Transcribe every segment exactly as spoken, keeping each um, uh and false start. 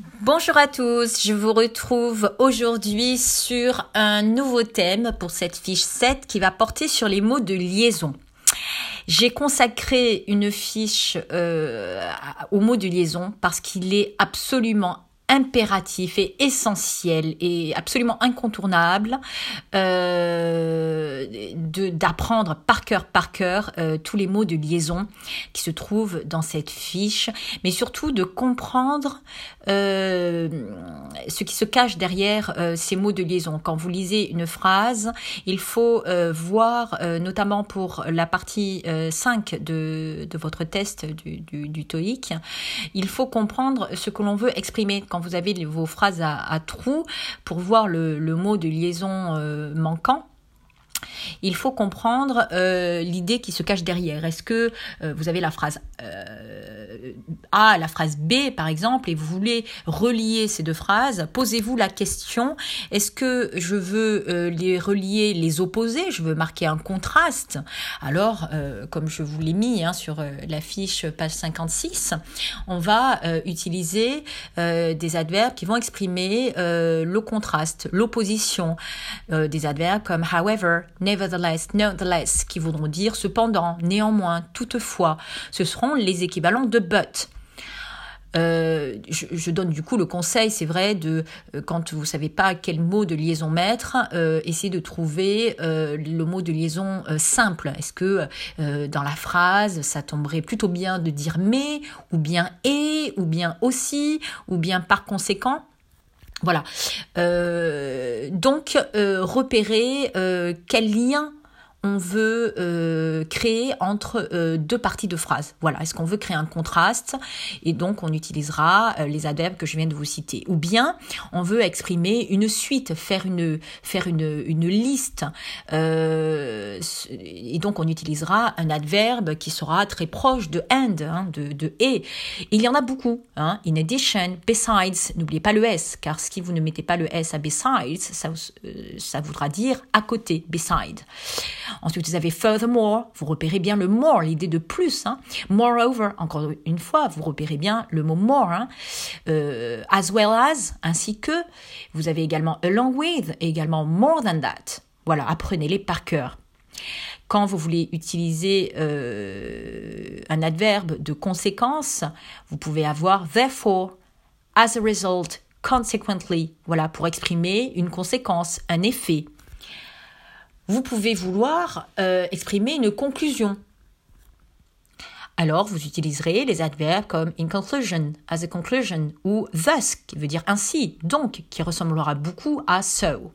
Bonjour à tous, je vous retrouve aujourd'hui sur un nouveau thème pour cette fiche sept qui va porter sur les mots de liaison. J'ai consacré une fiche euh, aux mots de liaison parce qu'il est absolument impératif et essentiel et absolument incontournable euh, de, d'apprendre par cœur par cœur euh, tous les mots de liaison qui se trouvent dans cette fiche, mais surtout de comprendre euh, ce qui se cache derrière euh, ces mots de liaison. Quand vous lisez une phrase, il faut euh, voir, euh, notamment pour la partie euh, cinq de, de votre test du, du, du TOEIC, il faut comprendre ce que l'on veut exprimer. Quand vous avez vos phrases à, à trous pour voir le, le mot de liaison euh, manquant, il faut comprendre euh, l'idée qui se cache derrière. Est-ce que euh, vous avez la phrase euh, A, la phrase B par exemple, et vous voulez relier ces deux phrases? Posez-vous la question, est-ce que je veux euh, les relier, les opposer? Je veux marquer un contraste. Alors, euh, comme je vous l'ai mis hein, sur euh, la fiche page cinquante-six, on va euh, utiliser euh, des adverbes qui vont exprimer euh, le contraste, l'opposition. Euh, des adverbes comme however, nevertheless, nonetheless, qui voudront dire cependant, néanmoins, toutefois. Ce seront les équivalents de but. Euh, je, je donne du coup le conseil, c'est vrai, de euh, quand vous savez pas quel mot de liaison mettre, euh, essayez de trouver euh, le mot de liaison euh, simple. Est-ce que euh, dans la phrase, ça tomberait plutôt bien de dire mais, ou bien et, ou bien aussi, ou bien par conséquent? Voilà. Euh, donc, euh, repérer euh, quel lien on veut euh, créer entre euh, deux parties de phrases. Voilà, est-ce qu'on veut créer un contraste? Et donc, on utilisera euh, les adverbes que je viens de vous citer. Ou bien, on veut exprimer une suite, faire une, faire une, une liste. Euh, et donc, on utilisera un adverbe qui sera très proche de and, hein, de, de et. Il y en a beaucoup. Hein, in addition, besides, n'oubliez pas le s, car si vous ne mettez pas le s à besides, ça, euh, ça voudra dire à côté, beside. Ensuite, vous avez furthermore, vous repérez bien le more, l'idée de plus. Hein. Moreover, encore une fois, vous repérez bien le mot more. Hein. Euh, as well as, ainsi que. Vous avez également along with, et également more than that. Voilà, apprenez-les par cœur. Quand vous voulez utiliser euh, un adverbe de conséquence, vous pouvez avoir therefore, as a result, consequently. Voilà, pour exprimer une conséquence, un effet. Vous pouvez vouloir euh, exprimer une conclusion. Alors, vous utiliserez les adverbes comme in conclusion, as a conclusion, ou thus, qui veut dire ainsi, donc, qui ressemblera beaucoup à so.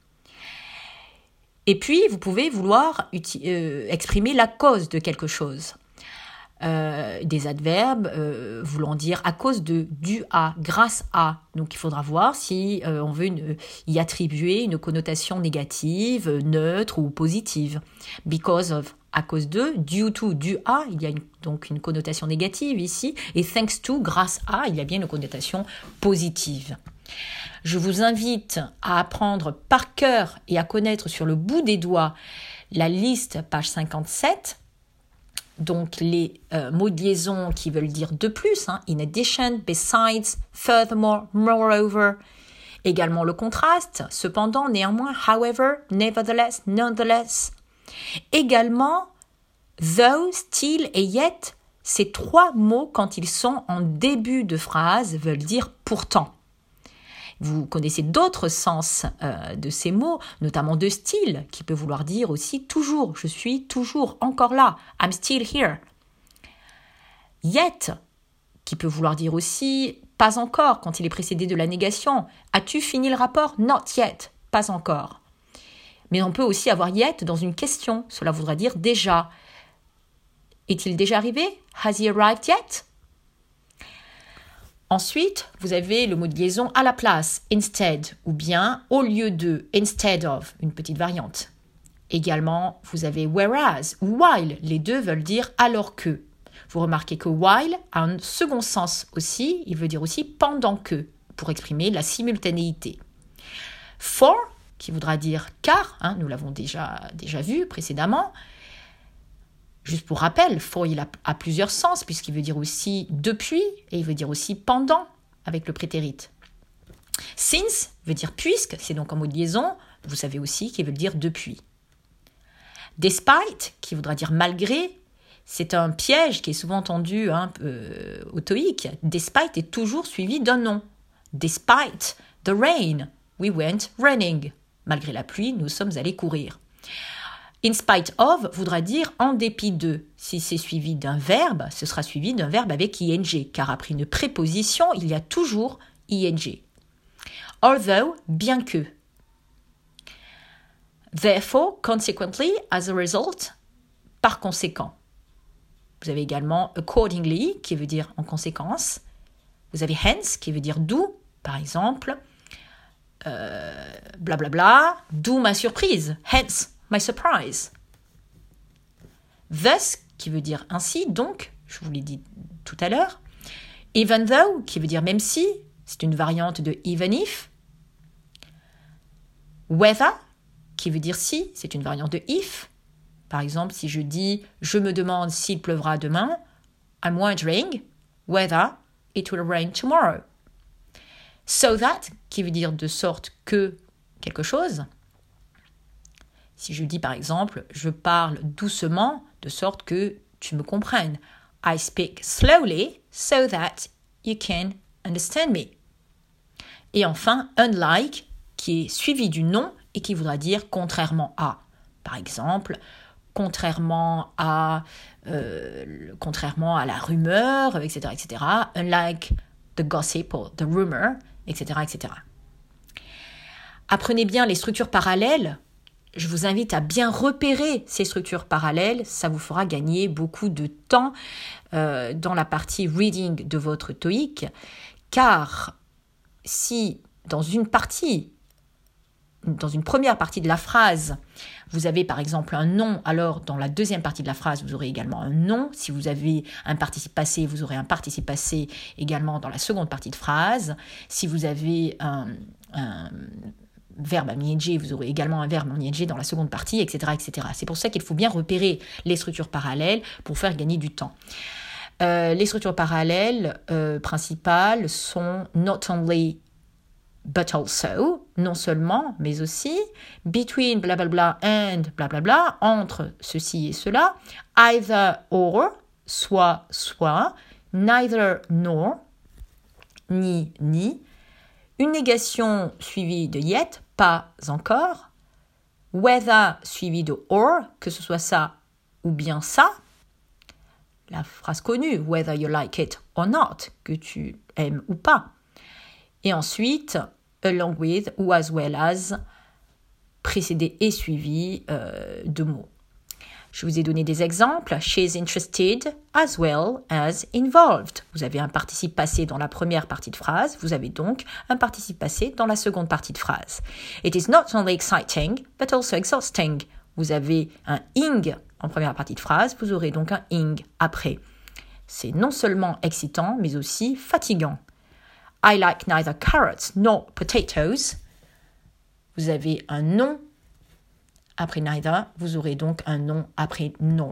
Et puis, vous pouvez vouloir uti- euh, exprimer la cause de quelque chose. Euh, des adverbes euh, voulant dire à cause de, dû à, grâce à. Donc il faudra voir si euh, on veut une, y attribuer une connotation négative, neutre ou positive. Because of, à cause de, due to, dû à, il y a une, donc une connotation négative ici, et thanks to, grâce à, il y a bien une connotation positive. Je vous invite à apprendre par cœur et à connaître sur le bout des doigts la liste page cinquante-sept. Donc les euh, mots de liaison qui veulent dire de plus, hein, in addition, besides, furthermore, moreover. Également le contraste, cependant, néanmoins, however, nevertheless, nonetheless. Également, though, still et yet, ces trois mots, quand ils sont en début de phrase, veulent dire pourtant. Vous connaissez d'autres sens euh, de ces mots, notamment de still, qui peut vouloir dire aussi toujours. Je suis toujours encore là. I'm still here. Yet, qui peut vouloir dire aussi pas encore, quand il est précédé de la négation. As-tu fini le rapport? Not yet. Pas encore. Mais on peut aussi avoir yet dans une question. Cela voudra dire déjà. Est-il déjà arrivé? Has he arrived yet? Ensuite, vous avez le mot de liaison à la place, instead, ou bien au lieu de, instead of, une petite variante. Également, vous avez whereas ou while, les deux veulent dire alors que. Vous remarquez que while a un second sens aussi, il veut dire aussi pendant que, pour exprimer la simultanéité. For, qui voudra dire car, hein, nous l'avons déjà, déjà vu précédemment. Juste pour rappel, for il a, a plusieurs sens puisqu'il veut dire aussi depuis et il veut dire aussi pendant. avec le prétérit. Since veut dire puisque, c'est donc un mot de liaison, vous savez aussi qu'il veut dire depuis. Despite, qui voudra dire malgré, c'est un piège qui est souvent entendu hein, euh, au TOEIC. Despite est toujours suivi d'un nom. Despite the rain, we went running. Malgré la pluie, nous sommes allés courir. In spite of voudra dire en dépit de. Si c'est suivi d'un verbe, ce sera suivi d'un verbe avec ing, car après une préposition, il y a toujours ing. Although, bien que. Therefore, consequently, as a result, par conséquent. Vous avez également accordingly, qui veut dire en conséquence. Vous avez hence, qui veut dire d'où, par exemple. Euh, blablabla, d'où ma surprise. Hence, my surprise. Thus, qui veut dire ainsi, donc, je vous l'ai dit tout à l'heure. Even though, qui veut dire même si, c'est une variante de even if. Whether, qui veut dire si, c'est une variante de if. Par exemple, si je dis « Je me demande s'il pleuvra demain », I'm wondering whether it will rain tomorrow. So that, qui veut dire de sorte que quelque chose. Si je dis par exemple « Je parle doucement de sorte que tu me comprennes ». I speak slowly so that you can understand me. Et enfin, unlike, qui est suivi du nom et qui voudra dire contrairement à. Par exemple, contrairement à, euh, contrairement à la rumeur, et cetera, et cetera. Unlike the gossip or the rumor, et cetera, et cetera. Apprenez bien les structures parallèles. Je vous invite à bien repérer ces structures parallèles. Ça vous fera gagner beaucoup de temps euh, dans la partie reading de votre TOEIC. Car si dans une partie, dans une première partie de la phrase, vous avez par exemple un nom, alors dans la deuxième partie de la phrase, vous aurez également un nom. Si vous avez un participe passé, vous aurez un participe passé également dans la seconde partie de phrase. Si vous avez un, un verbe en ing, vous aurez également un verbe en ing dans la seconde partie, et cetera, et cetera. C'est pour ça qu'il faut bien repérer les structures parallèles pour faire gagner du temps. Euh, les structures parallèles euh, principales sont not only but also, non seulement, mais aussi, between blablabla and blablabla, entre ceci et cela, either or, soit, soit, neither nor, ni, ni, une négation suivie de yet, pas encore, whether suivie de or, que ce soit ça ou bien ça, la phrase connue, whether you like it or not, que tu aimes ou pas. Et ensuite, along with ou as well as, précédé et suivi euh, de mots. Je vous ai donné des exemples. She is interested as well as involved. Vous avez un participe passé dans la première partie de phrase. Vous avez donc un participe passé dans la seconde partie de phrase. It is not only exciting, but also exhausting. Vous avez un ing en première partie de phrase. Vous aurez donc un ing après. C'est non seulement excitant, mais aussi fatigant. I like neither carrots nor potatoes. Vous avez un nom après neither, vous aurez donc un nom après nor.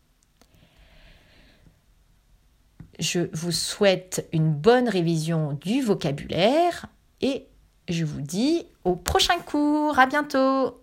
Je vous souhaite une bonne révision du vocabulaire et je vous dis au prochain cours. À bientôt.